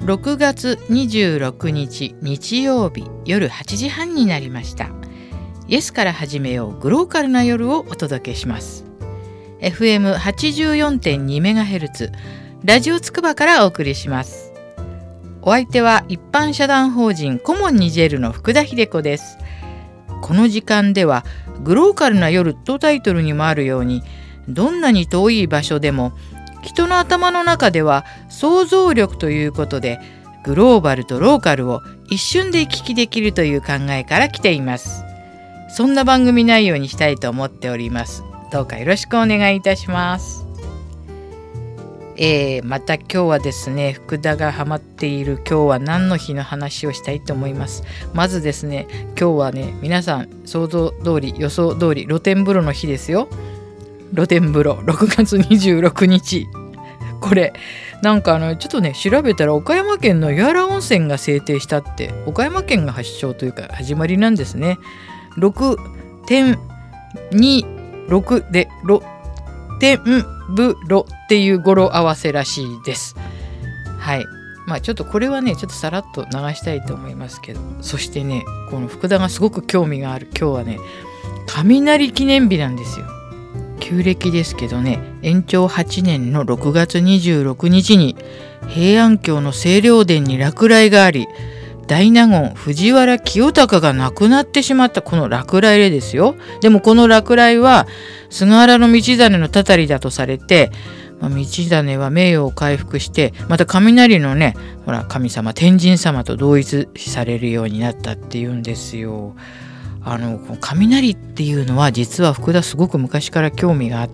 6月26日日曜日夜8時半になりました。イエスから始めようグローカルな夜をお届けします。 FM84.2MHz ラジオつくばからお送りします。お相手は一般社団法人コモンニジェルの福田秀子です。この時間ではグローカルな夜とタイトルにもあるように、どんなに遠い場所でも人の頭の中では想像力ということで、グローバルとローカルを一瞬で行き来できるという考えから来ています。そんな番組内容にしたいと思っております。どうかよろしくお願いいたします。また今日はですね、福田がハマっている今日は何の日の話をしたいと思います。まずですね、今日はね、皆さん想像通り予想通り露天風呂の日ですよ。露天風呂6月26日。これなんかちょっとね調べたら、岡山県の湯原温泉が制定したって、岡山県が発祥というか始まりなんですね。6.26で露天風呂っていう語呂合わせらしいです。はい。ちょっとこれはねちょっとさらっと流したいと思いますけど、そしてね、この福田がすごく興味がある今日はね、雷記念日なんですよ。旧暦ですけどね、延長8年の6月26日に平安京の清涼殿に落雷があり、大納言藤原清隆が亡くなってしまった。この落雷でですよ。でもこの落雷は菅原道真のたたりだとされて、道真は名誉を回復して、また雷のね、神様天神様と同一視されるようになったっていうんですよ。雷っていうのは実は福田すごく昔から興味があって、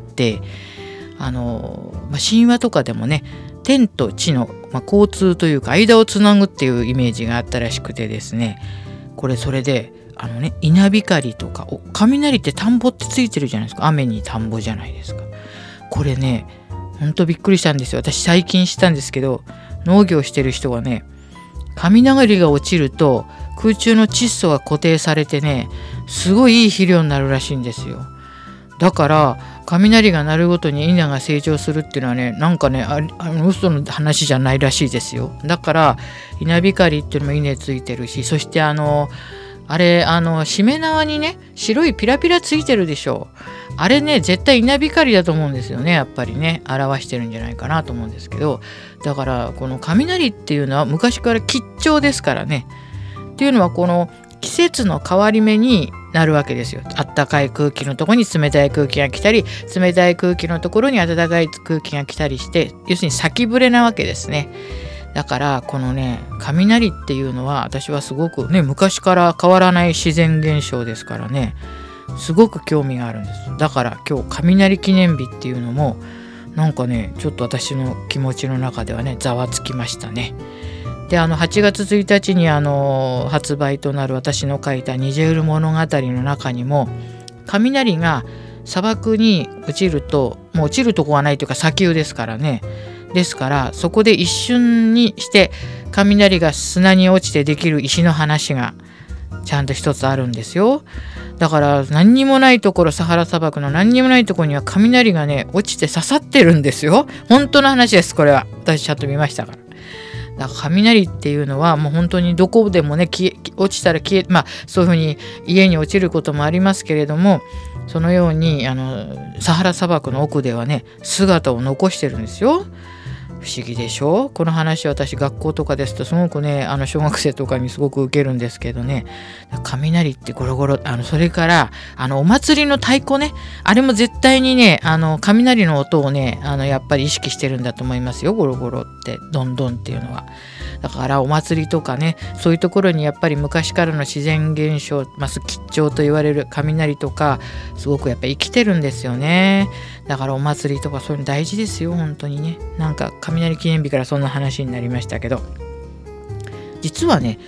神話とかでもね、天と地の、交通というか間をつなぐっていうイメージがあったらしくてですね、それで稲光とか雷って田んぼってついてるじゃないですか。雨に田んぼじゃないですか。これねほんとびっくりしたんですよ。私最近知ったんですけど、農業してる人がね、雷が落ちると空中の窒素が固定されてね、すごいいい肥料になるらしいんですよ。だから雷が鳴るごとに稲が成長するっていうのはね、なんかね嘘の話じゃないらしいですよ。だから稲光っていうのも稲ついてるし、そしてしめ縄にね白いピラピラついてるでしょう。あれね絶対稲光だと思うんですよね。やっぱりね表してるんじゃないかなと思うんですけど、だからこの雷っていうのは昔から吉兆ですからね。っていうのはこの季節の変わり目になるわけですよ。あったかい空気のところに冷たい空気が来たり、冷たい空気のところに暖かい空気が来たりして、要するに先触れなわけですね。だからこのね雷っていうのは私はすごくね昔から変わらない自然現象ですからね、すごく興味があるんです。だから今日雷記念日っていうのもなんかねちょっと私の気持ちの中ではねざわつきましたね。で8月1日に発売となる私の書いたニジェール物語の中にも、雷が砂漠に落ちるともう落ちるとこがないというか砂丘ですからね。ですからそこで一瞬にして雷が砂に落ちてできる石の話がちゃんと一つあるんですよ。だから何にもないところ、サハラ砂漠の何にもないところには雷がね落ちて刺さってるんですよ。本当の話です。これは私ちゃんと見ましたから。だから雷っていうのはもう本当にどこでもね落ちたらそういうふうに家に落ちることもありますけれども、そのようにサハラ砂漠の奥ではね姿を残してるんですよ。不思議でしょ。この話私学校とかですとすごくね小学生とかにすごく受けるんですけどね、雷ってゴロゴロそれからお祭りの太鼓ね、あれも絶対にね雷の音をねやっぱり意識してるんだと思いますよ。ゴロゴロってドンドンっていうのは。だからお祭りとかねそういうところにやっぱり昔からの自然現象、吉兆と言われる雷とかすごくやっぱり生きてるんですよね。だからお祭りとかそういうの大事ですよ本当にね。なんか雷記念日からそんな話になりましたけど、実はね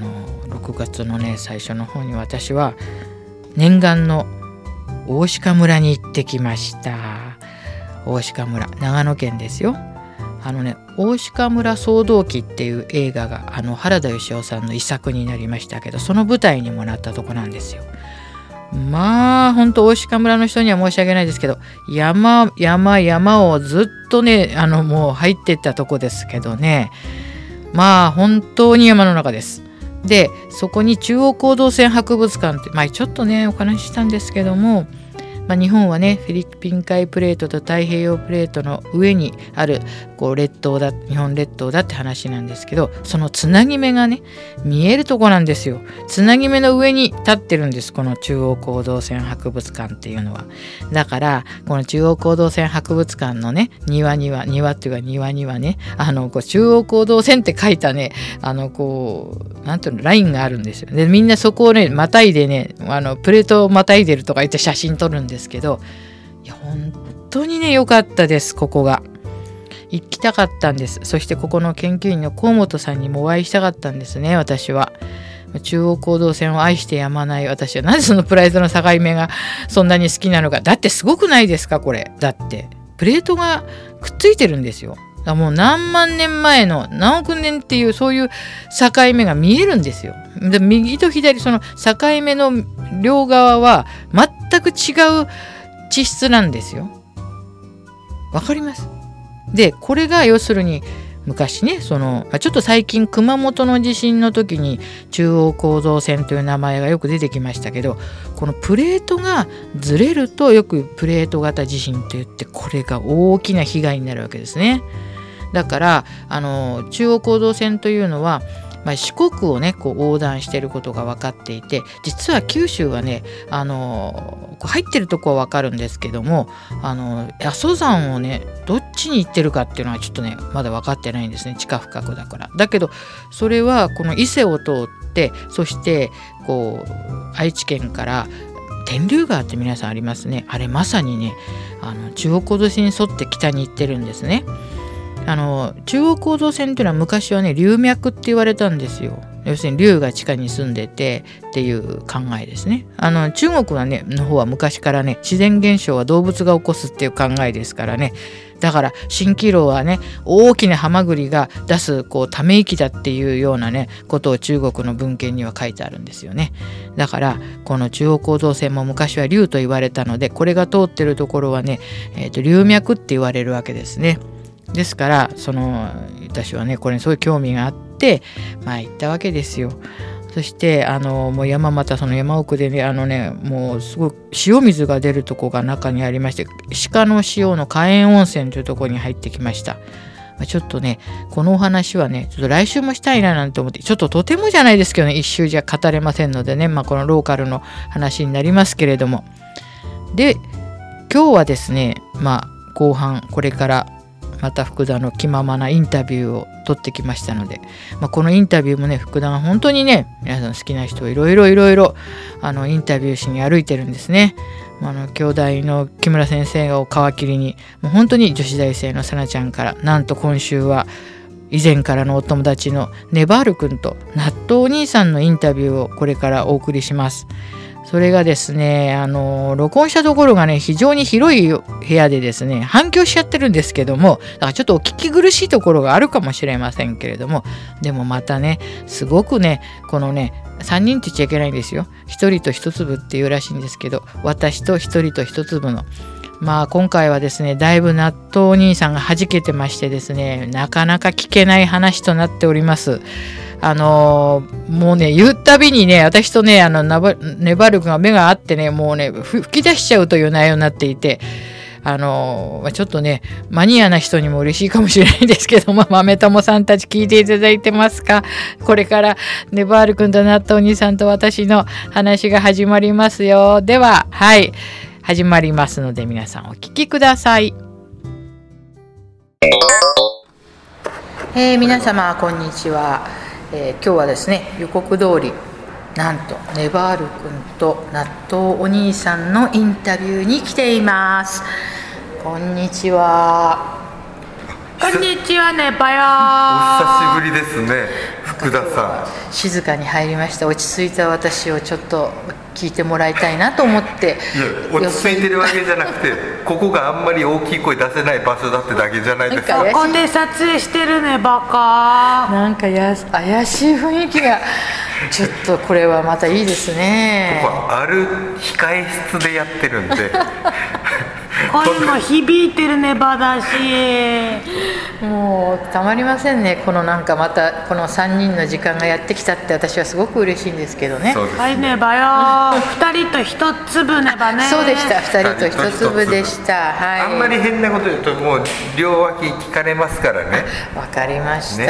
6月のね最初の方に私は念願の大鹿村に行ってきました。大鹿村長野県ですよ。大鹿村騒動記っていう映画が原田芳雄さんの遺作になりましたけど、その舞台にもなったとこなんですよ。本当大鹿村の人には申し訳ないですけど、山をずっとねもう入ってったとこですけどね、 まあ本当に山の中です。でそこに中央行動線博物館って、ちょっとねお話ししたんですけども、日本はねフィリピン海プレートと太平洋プレートの上にある列島だ、日本列島だって話なんですけど、そのつなぎ目がね見えるとこなんですよ。つなぎ目の上に立ってるんです、この中央行動線博物館っていうのは。だからこの中央行動線博物館のね庭っていうか庭にはね中央行動線って書いたねなんていうのラインがあるんですよ。でみんなそこをねまたいでねプレートをまたいでるとか言って写真撮るんですけど、いや本当にね良かったです。ここが行きたかったんです。そしてここの研究員の河本さんにもお会いしたかったんですね。私は中央行動線を愛してやまない私は、なぜそのプライドの境目がそんなに好きなのか。だってすごくないですかこれ。だってプレートがくっついてるんですよ。もう何万年前の何億年っていうそういう境目が見えるんですよ。で右と左その境目の両側は全く違う地質なんですよ。わかります？でこれが要するに昔ねちょっと最近熊本の地震の時に中央行動線という名前がよく出てきましたけど、このプレートがずれるとよくプレート型地震といって、これが大きな被害になるわけですね。だから中央行動線というのは、四国をね横断していることが分かっていて、実は九州はね入ってるとこは分かるんですけども、阿蘇山をねどっちに行ってるかっていうのはちょっとねまだ分かってないんですね。地下深くだから。だけどそれはこの伊勢を通って、そして愛知県から天竜川って皆さんありますね。あれまさにね中央行動線に沿って北に行ってるんですね。中央行動線というのは昔はね龍脈って言われたんですよ。要するに龍が地下に住んでてっていう考えですね。中国はねの方は昔からね自然現象は動物が起こすっていう考えですからね。だから蜃気楼はね大きなハマグリが出すため息だっていうようなねことを中国の文献には書いてあるんですよね。だからこの中央行動線も昔は龍と言われたので、これが通ってるところはね、龍脈って言われるわけですね。ですから私はねこれにすごい興味があって行ったわけですよ。そしてもうその山奥でねもうすごい塩水が出るとこが中にありまして、鹿の塩の火炎温泉というところに入ってきました。ちょっとねこのお話はねちょっと来週もしたいななんて思って、ちょっととてもじゃないですけどね一週じゃ語れませんのでね、このローカルの話になりますけれども、で今日はですね後半これからまた福田の気ままなインタビューを取ってきましたので、このインタビューもね福田が本当にね皆さん好きな人をいろいろインタビューしに歩いてるんですね。兄弟の木村先生を皮切りにもう本当に女子大生のさなちゃんから、なんと今週は以前からのお友達のネバール君と納豆お兄さんのインタビューをこれからお送りします。それがですね録音したところがね非常に広い部屋でですね反響しちゃってるんですけども、だからちょっとお聞き苦しいところがあるかもしれませんけれども、でもまたねすごくねこのね3人って言っちゃいけないんですよ。一人と一粒っていうらしいんですけど、私と一人と一粒の今回はですねだいぶ納豆お兄さんが弾けてましてですね、なかなか聞けない話となっております。もうね言うたびにね私とねネバル君が目が合ってねもうね吹き出しちゃうという内容になっていて、ちょっとねマニアな人にも嬉しいかもしれないんですけども、豆友さんたち聞いていただいてますか？これからネバール君と納豆お兄さんと私の話が始まりますよ。では始まりますので皆さんお聞きください。皆様こんにちは。今日はですね予告通りなんとネバール君と納豆お兄さんのインタビューに来ています。こんにちは。 こんにちはねばよ。お久しぶりですね福田さん。静かに入りました。落ち着いた私をちょっと聞いてもらいたいなと思って。 いや落ち着いてるわけじゃなくてここがあんまり大きい声出せない場所だってだけじゃないですか。 ここで撮影してるねバカ。なんか怪しい雰囲気がちょっとこれはまたいいですね。 ここはある控え室でやってるんで声も響いてるねばだし。 もうたまりませんね。このなんかまたこの3人の時間がやってきたって私はすごく嬉しいんですけどね。 そうですね。 はいねばよ。2人と1粒ねばね。 そうでした。2人と1粒でした。はい。 あんまり変なこと言うともう両脇聞かれますからね。 わかりました。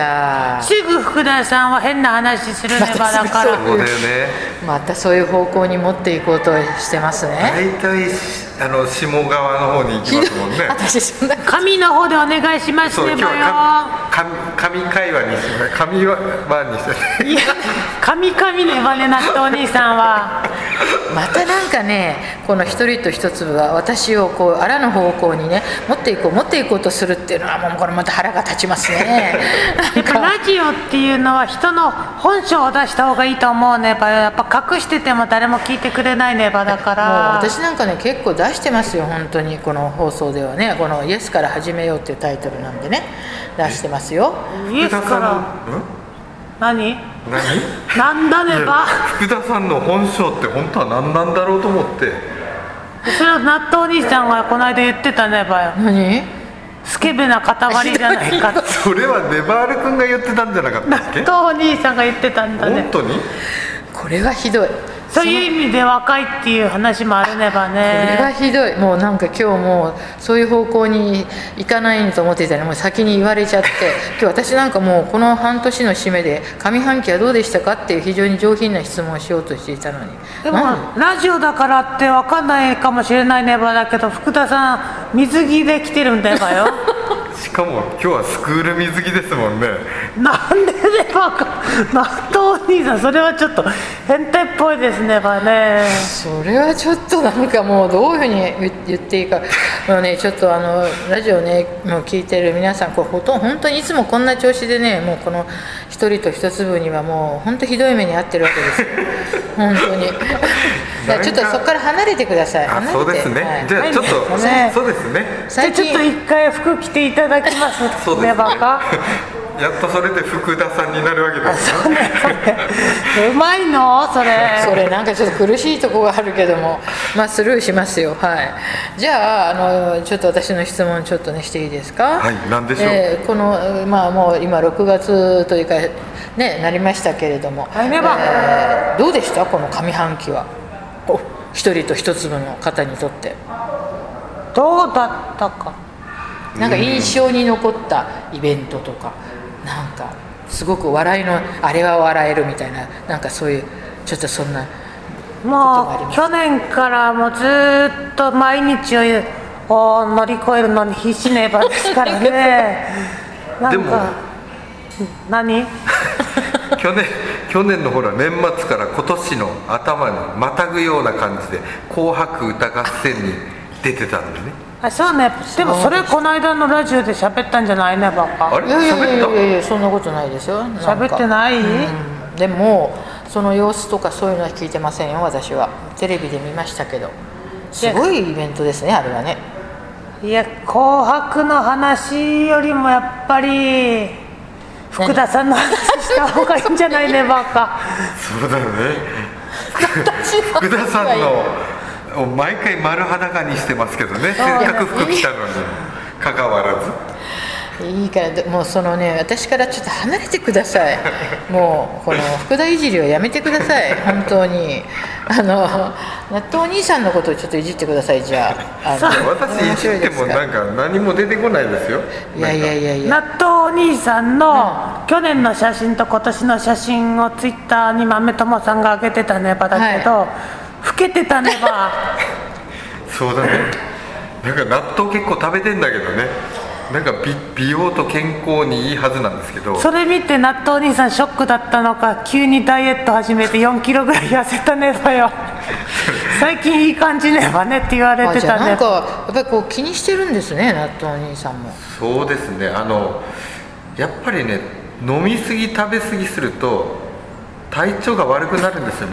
すぐ福田さんは変な話するねばだから。 そうだよね。 またそういう方向に持っていこうとしてますね。 大体下側の方に行きますもんね。 私そんな神の方でお願いしますそう、 ねばよ。 今日は神会話にして神話にしていや、神ねばね、納豆お兄さんは。 またなんかね、この一人と一粒は私をこうあらぬ方向にね持っていこうとするっていうのはもうこれまた腹が立ちますね。 やっぱラジオっていうのは人の本性を出した方がいいと思うねばよ。やっぱ隠してても誰も聞いてくれないねばだから。 もう私なんかね結構出してますよ本当に。この放送ではね、このイエスから始めようっていうタイトルなんでね出してますよ。 イエスから何何なんだねば。 福田さんの本性って本当は何なんだろうと思って。 それは納豆お兄さんがこの間言ってたねばよ。 何？ スケベな塊じゃないかって。 それはネバール君が言ってたんじゃなかったっけ？ 納豆お兄さんが言ってたんだね。 本当に？ これはひどい。 そういう意味で若いっていう話もあるねばね。 これはひどい。もうなんか今日もうそういう方向に行かないと思っていたのにもう先に言われちゃって、今日私なんかもうこの半年の締めで上半期はどうでしたかっていう非常に上品な質問をしようとしていたのに。 でもラジオだからって分かんないかもしれないねばだけど、福田さん水着で来てるんだばよ。 しかも今日はスクール水着ですもんね。 なんでねばか。納豆お兄さんそれはちょっと変態っぽいですねばね。 それはちょっとなんかもうどういうふうに言っていいか。もうねちょっとラジオねもう聞いてる皆さん、これ本当にいつもこんな調子でね、もうこの一人と一粒にはもう本当ひどい目に遭ってるわけですよ。本当に。だからちょっとそこから離れてください。 あ、そうですね。 はい、 じゃあちょっと、 ね、 そうですね。 最近ちょっと一回服着ていただきます。 そうですね。 ねばか。 やっとそれで福田さんになるわけですね。 うまいのそれ。 それなんかちょっと苦しいところがあるけども、まあスルーしますよ。はい。じゃあちょっと私の質問ちょっとねしていいですか。 はい。何でしょう。 このまあもう今6月というかねなりましたけれども、どうでしたこの上半期は。一人と一粒の方にとって。 どうだったか。 なんか印象に残ったイベントとか、なんかすごく笑いのあれは笑えるみたいな、なんかそういうちょっとそんなことがあります。 もう去年からもうずっと毎日を乗り越えるのに必死ねばですからね。なんか何去年のほら年末から今年の頭にまたぐような感じで紅白歌合戦に出てたんでね。 あ、そうね。でもそれこの間のラジオで喋ったんじゃないねばっか。 あれいやいやそんなことないですよ。 喋ってない、 でもその様子とかそういうのは聞いてませんよ。私はテレビで見ましたけど、すごいイベントですねあれはね。 いや紅白の話よりもやっぱり福田さんの話した方がいいんじゃないねばっか。 そうだよね。福田さんの毎回丸裸にしてますけどね。せっかく服着たのにかかわらず。 いいからもうそのね私からちょっと離れてください。もうこの福田いじりをやめてください本当に。納豆お兄さんのことをちょっといじってください。じゃあ私いじってもなんか何も出てこないですよ。 いや納豆お兄さんの去年の写真と今年の写真をツイッターに豆友さんが上げてたねばだけど、老けてたねば。 そうだね。なんか納豆結構食べてんだけどね。なんか美容と健康にいいはずなんですけど、 それ見て納豆お兄さんショックだったのか急にダイエット始めて4キロぐらい痩せたねばよ。最近いい感じねばねって言われてたね。 なんかやっぱりこう気にしてるんですね納豆お兄さんも。 そうですね。やっぱりね飲みすぎ食べすぎすると体調が悪くなるんですよね。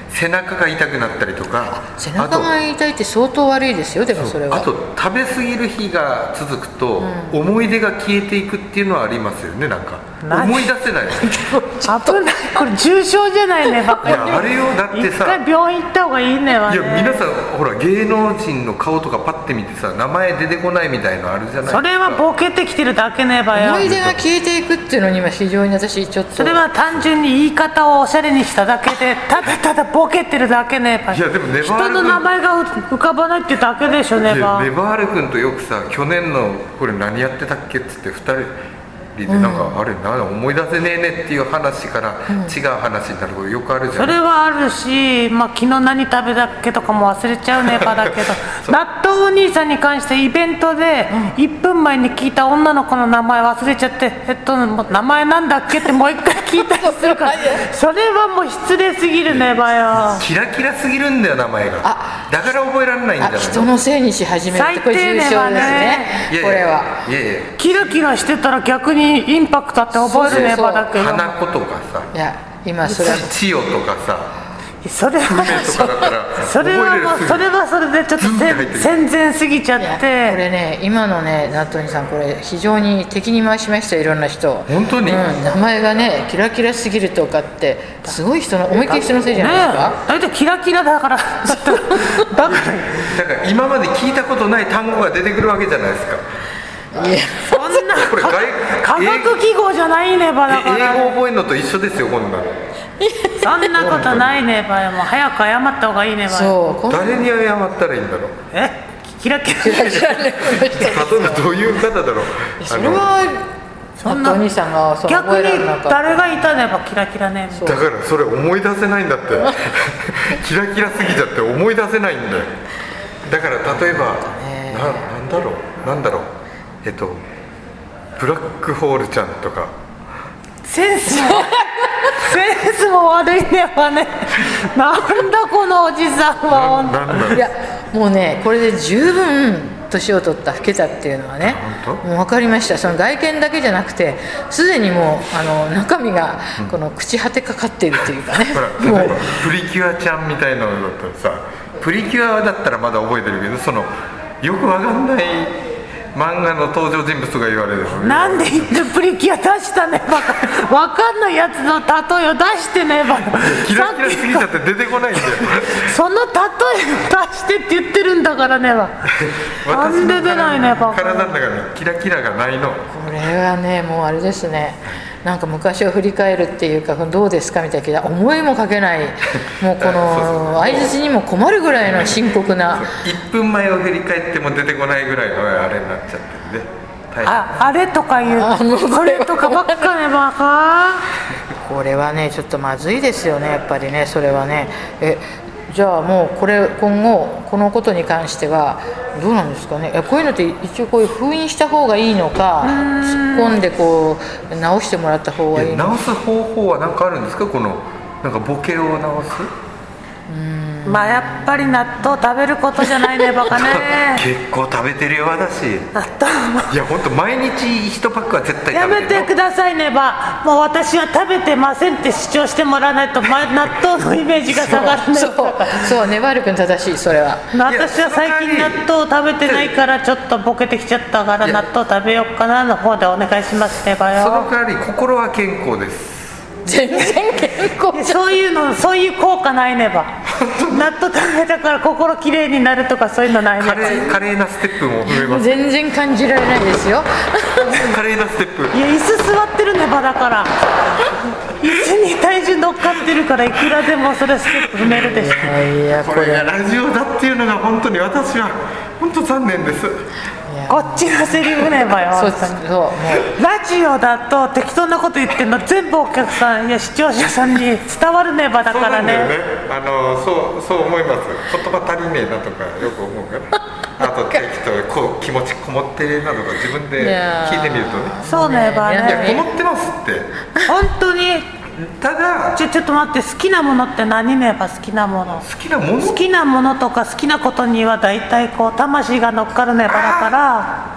背中が痛くなったりとか。 背中が痛いって相当悪いですよ。でもそれはあと食べ過ぎる日が続くと、思い出が消えていくっていうのはありますよね。なんか思い出せない危ない。これ重症じゃないね、バカ。 いやあれよ、だってさ、 一回病院行った方がいいね。 いや皆さんほら芸能人の顔とかパッて見てさ、名前出てこないみたいのあるじゃないですか。 それはボケてきてるだけねばよ。 思い出が消えていくっていうのには非常に私ちょっと、 それは単純に言い方をおしゃれにしただけで、ただただボケてるだけねば。 いやでもネバール君、 人の名前が浮かばないってだけでしょねば。 ネバール君とよくさ、去年のこれ何やってたっけっつって2人でなんか、あれ思い出せねえねっていう話から違う話になることよくあるじゃん。 それはあるし、まあ、昨日何食べたっけとかも忘れちゃうねばだけど納豆お兄さんに関してイベントで1分前に聞いた女の子の名前忘れちゃって、名前なんだっけってもう一回聞いたりするからそれはもう失礼すぎるねばよ。 キラキラすぎるんだよ名前が。だから覚えられないんじゃないの。 人のせいにし始めるってこれ重症ですね。これはキラキラしてたら逆にインパクトあって覚えるねばだけど、 花子とかさ、 いや今それは千代とかさ、 それは梅とかだったらそれはもうそれはそれでちょっと戦前すぎちゃって。 これね、今のねナットニさん、これ非常に敵に回しましたよ、いろんな人。 本当に、 名前がねキラキラすぎるとかってすごい人の思いっきり人のせいじゃないですか。 大体キラキラだからだから今まで聞いたことない単語が出てくるわけじゃないですか。 いやそんなこれ科学記号じゃないねばだから英語覚えるのと一緒ですよこんなの。 そんなことないねばよ。もう早く謝った方がいいねばよ。 そう誰に謝ったらいいんだろう。 キラキラ例えばどういう方だろう。 それはナットお兄さんがそう逆覚えられになかった。 誰がいたねばキラキラね。 だからそれ思い出せないんだってキラキラすぎちゃって思い出せないんだよ。だから例えばなんだろうブラックホールちゃんとか。 センスも悪いねばね。なんだこのおじさんは。 なんだろう。 いやもうね、これで十分年を取った老けたっていうのはね、もう分かりました。その外見だけじゃなくてすでにもう中身がこの朽ち果てかかっているというかね、 ほら例えばプリキュアちゃんみたいなのだったらさ、プリキュアだったらまだ覚えてるけど、そのよくわかんない漫画の登場人物が言われる。 なんでプリキュア出したねばか。わかんないやつの例えを出してねば。 キラキラすぎちゃって出てこないんだよその例えを出してって言ってるんだからねば。なんで出ないねば。 体の中にキラキラがないの。 これはねもうあれですね、なんか昔を振り返るっていうかどうですかみたいな、思いもかけないもうこの相槌にも困るぐらいの深刻な 1分前を振り返っても出てこないぐらいのあれになっちゃってるんで、 あれとか言う、これとかばっかねばか。 これはねちょっとまずいですよね、やっぱりね。それはねじゃあもう今後このことに関してはどうなんですかね。こういうのって一応こういう封印した方がいいのか、突っ込んでこう直してもらった方がいいのか。 直す方法は何かあるんですか。このなんかボケを直す。 まあやっぱり納豆食べることじゃないねばかね。 結構食べてるよ私。 納豆いや本当毎日1パックは絶対や食べてるよ。 めてくださいねば。もう私は食べてませんって主張してもらわないと、納豆のイメージが下がるね。 そうねばるくん正しい、それは。 私は最近納豆を食べてないからちょっとボケてきちゃったから、納豆食べようかなの方でお願いしますねばよ。 その代わり心は健康です。 全然健康。 そういう効果ないねば。納豆食べたから心きれいになるとかそういうのないねば。 華麗なステップも踏めます。 全然感じられないですよ華麗なステップ。 いや椅子座ってるねばだから。椅子に体重乗っかってるからいくらでもそれステップ踏めるでしょ。 いやこれがラジオだっていうのが本当に私は本当残念です。 こっちのセリフねばよ。 そうもうラジオだと適当なこと言ってるの全部お客さんや視聴者さんに伝わるねばだからね。 そう思います。言葉足りねえなとかよく思うからあと適当気持ちこもってるなとか自分で聞いてみるとね。 そうねばね。 いやこもってますって本当に。 ただちょっと待って、好きなものって何ねば。好きなもの、 好きなもの、 好きなものとか好きなことには大体こう魂が乗っかるねばだから。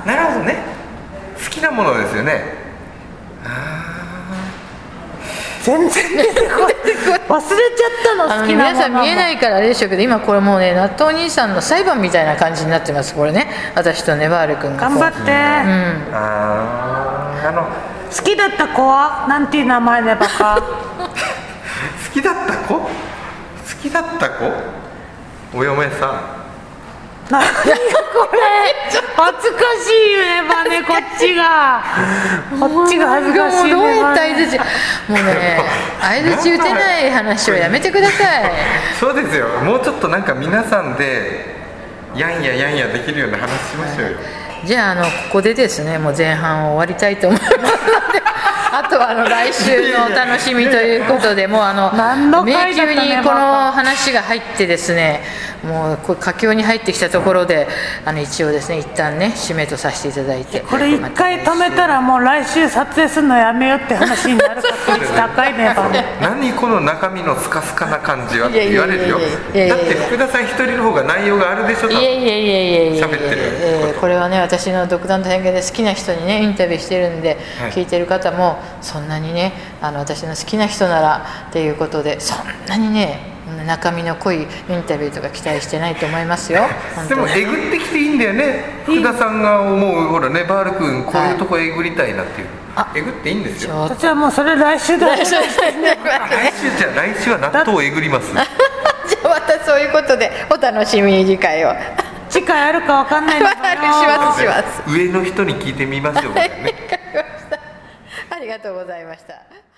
なるほどね。好きなものですよね。 全然出てこない忘れちゃったの。好きなもの皆さん見えないからあれでしょうけど、今これもうね納豆兄さんの裁判みたいな感じになってます。これね、私とねバール君が頑張って、好きだった子はなんていう名前でバカ好きだった子お嫁さん。 何これ恥ずかしいねばね、こっちが恥ずかしいねばね。 どうやって相づち、もうね相づち打てない話をやめてください。 そうですよ、もうちょっとなんか皆さんでやんやできるような話しましょうよ。 じゃあここでですね、もう前半を終わりたいと思いますのであとは来週のお楽しみということで、もう迷宮にこの話が入ってですね、もうこれ佳境に入ってきたところで一応ですね一旦ね締めとさせていただいて、 これ一回止めたらもう来週撮影するのやめようって話になる確率高いね。 何この中身のスカスカな感じはって言われるよ。だって福田さん一人の方が内容があるでしょ。喋ってるこれはね私の独断と偏見で好きな人にねインタビューしてるんで、聞いてる方もそんなにね私の好きな人ならっていうことで、そんなにね中身の濃いインタビューとか期待してないと思いますよ。 でもえぐってきていいんだよね。福田さんが思うほらね、バール君こういうとこえぐりたいなっていう、えぐっていいんですよ。 私はもうそれ来週だ。 来週は納豆をえぐります。 じゃあまたそういうことでお楽しみに次回を。 次回あるかわかんないんだけどします上の人に聞いてみましょうね。 ありがとうございました。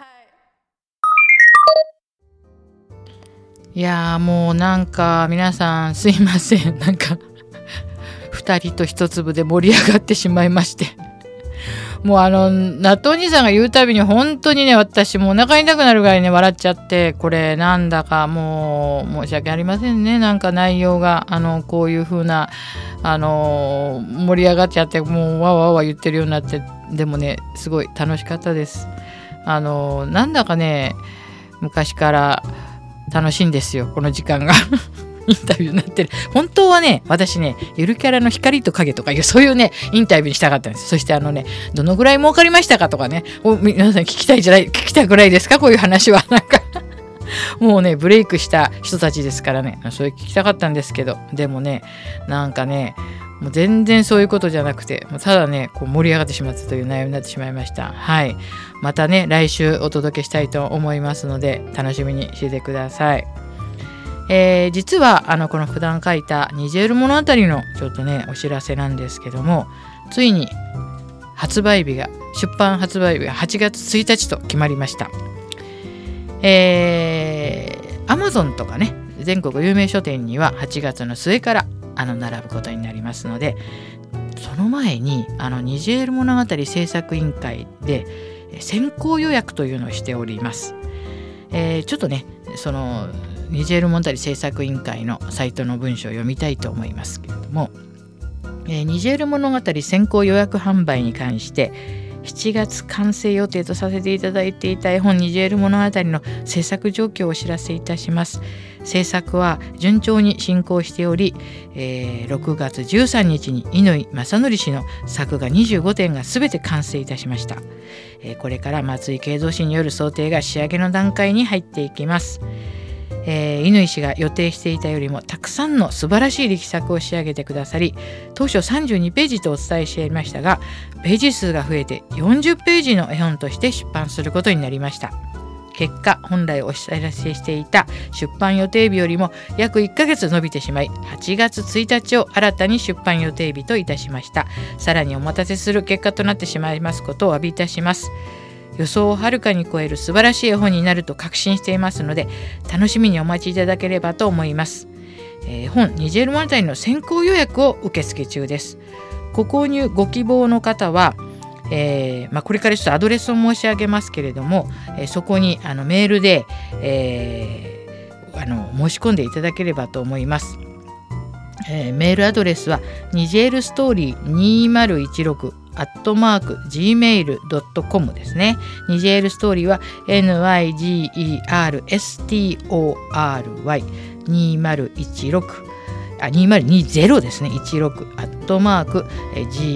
いやもうなんか皆さんすいません、なんか2人と1粒で盛り上がってしまいまして、もう納豆兄さんが言うたびに本当にね私もうお腹痛くなるぐらいね笑っちゃって、これなんだかもう申し訳ありませんね。なんか内容がこういう風な盛り上がっちゃってもうわわわ言ってるようになって、でもねすごい楽しかったです。なんだかね昔から楽しいんですよこの時間がインタビューになってる。本当はね私ねゆるキャラの光と影とかいうそういうねインタビューにしたかったんです。そしてどのぐらい儲かりましたかとかね皆さん聞きたくないですか、こういう話は。なんかもうねブレイクした人たちですからね、それ聞きたかったんですけど、でもねなんかねもう全然そういうことじゃなくて、ただねこう盛り上がってしまったという内容になってしまいました。はい、またね来週お届けしたいと思いますので楽しみにしててください。実はこの普段書いたニジェール物語のちょっとねお知らせなんですけども、ついに出版発売日が8月1日と決まりました。Amazon とかね全国有名書店には8月の末から並ぶことになりますので、その前にニジェール物語制作委員会で先行予約というのをしております。ちょっとねそのニジェール物語制作委員会のサイトの文章を読みたいと思いますけれども、ニジェール物語先行予約販売に関して7月完成予定とさせていただいていた絵本ニジェール物語の制作状況をお知らせいたします。制作は順調に進行しており、6月13日に乾正則氏の作画25点が全て完成いたしました。これから松井慶三氏による想定が仕上げの段階に入っていきます。乾氏が予定していたよりもたくさんの素晴らしい力作を仕上げてくださり、当初32ページとお伝えしていましたがページ数が増えて40ページの絵本として出版することになりました。結果本来お知らせしていた出版予定日よりも約1ヶ月延びてしまい、8月1日を新たに出版予定日といたしました。さらにお待たせする結果となってしまいますことをお詫びいたします。予想をはるかに超える素晴らしい絵本になると確信していますので、楽しみにお待ちいただければと思います。本ニジェール物語の先行予約を受付中です。ご購入ご希望の方は、これからちょっとアドレスを申し上げますけれども、そこにメールで、申し込んでいただければと思います。メールアドレスはニジェールストーリー2016@gmail.com ですね。ニジェールストーリーは NIGERSTORY2016 2020ですね。16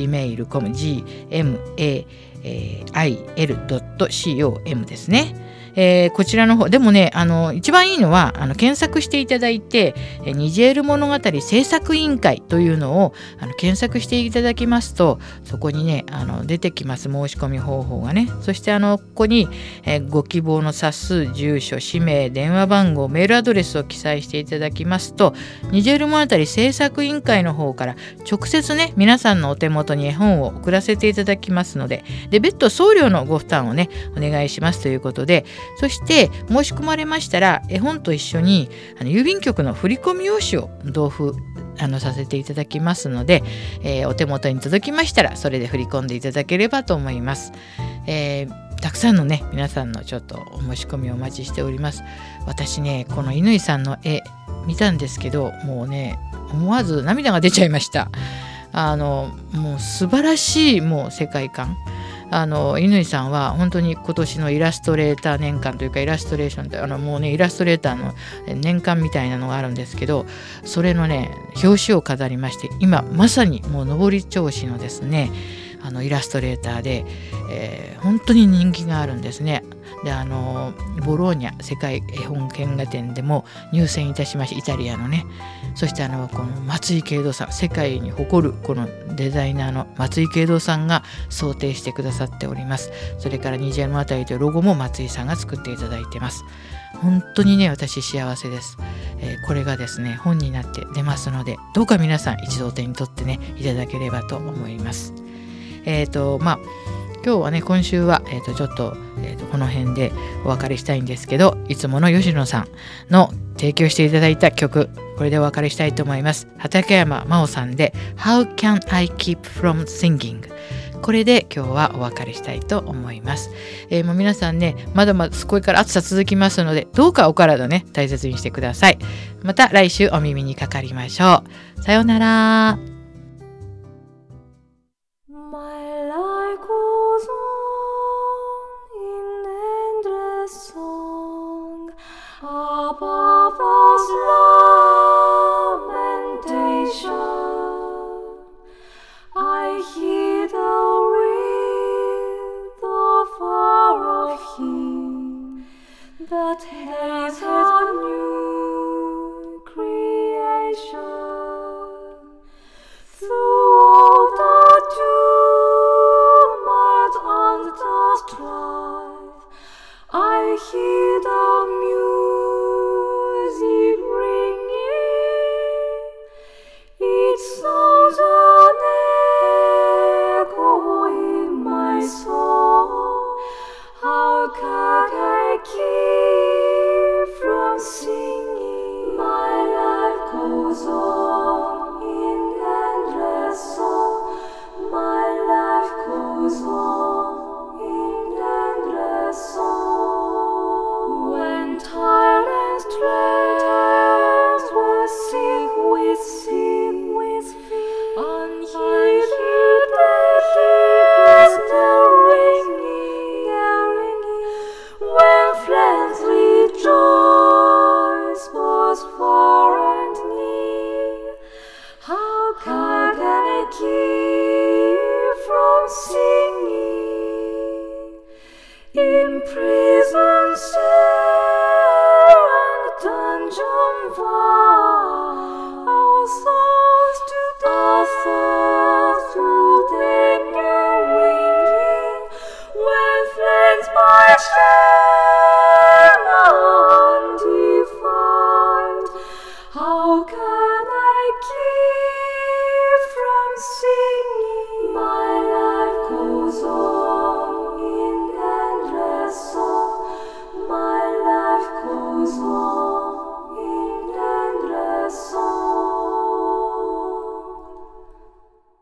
@gmail.com gmail.com ですね。 こちらの方でもね、一番いいのは検索していただいて、ニジェール物語制作委員会というのを検索していただきますと、そこにね出てきます申し込み方法がね。そしてここに、ご希望の冊数、住所、氏名、電話番号、メールアドレスを記載していただきますと、ニジェール物語制作委員会の方から直接ね皆さんのお手元に絵本を送らせていただきますので、別途送料のご負担をねお願いしますということで、そして申し込まれましたら絵本と一緒に郵便局の振込用紙を同封させていただきますので、お手元に届きましたらそれで振り込んでいただければと思います。たくさんのね皆さんのちょっとお申し込みをお待ちしております。私ねこの乾さんの絵見たんですけど、もうね思わず涙が出ちゃいました。もう素晴らしいもう世界観。乾さんは本当に今年のイラストレーター年間というか、イラストレーションってもうねイラストレーターの年間みたいなのがあるんですけど、それのね表紙を飾りまして、今まさにもう上り調子のですねイラストレーターで、本当に人気があるんですね。でボローニャ世界絵本原画展でも入選いたしまして、イタリアのね。そしてこの松井慶三さん、世界に誇るこのデザイナーの松井慶三さんが想定してくださっております。それからニジェール物語というロゴも松井さんが作っていただいてます。本当にね私幸せです。これがですね本になって出ますので、どうか皆さん一度手に取ってねいただければと思います。今日はね今週は、ちょっと、この辺でお別れしたいんですけど、いつもの吉野さんの提供していただいた曲、これでお別れしたいと思います。畠山真央さんで How Can I Keep From Singing、 これで今日はお別れしたいと思います。もう皆さんねまだまだこれから暑さ続きますので、どうかお体ね大切にしてください。また来週お耳にかかりましょう。さようなら。 Above us lamentation, I hear the rhythm of him that has a new creation. Through all the tumult and the strife, I hear the music ringing. It sounds an echo in my soul. How can I keep from singing? My life goes on in endless song. My life goes on in endless song. When tyrants trance will sing with feet, unheeded they hear the ringing. When friends rejoice both far and near, how can I keep from singing? In prison cell and dungeon far, our thoughts to them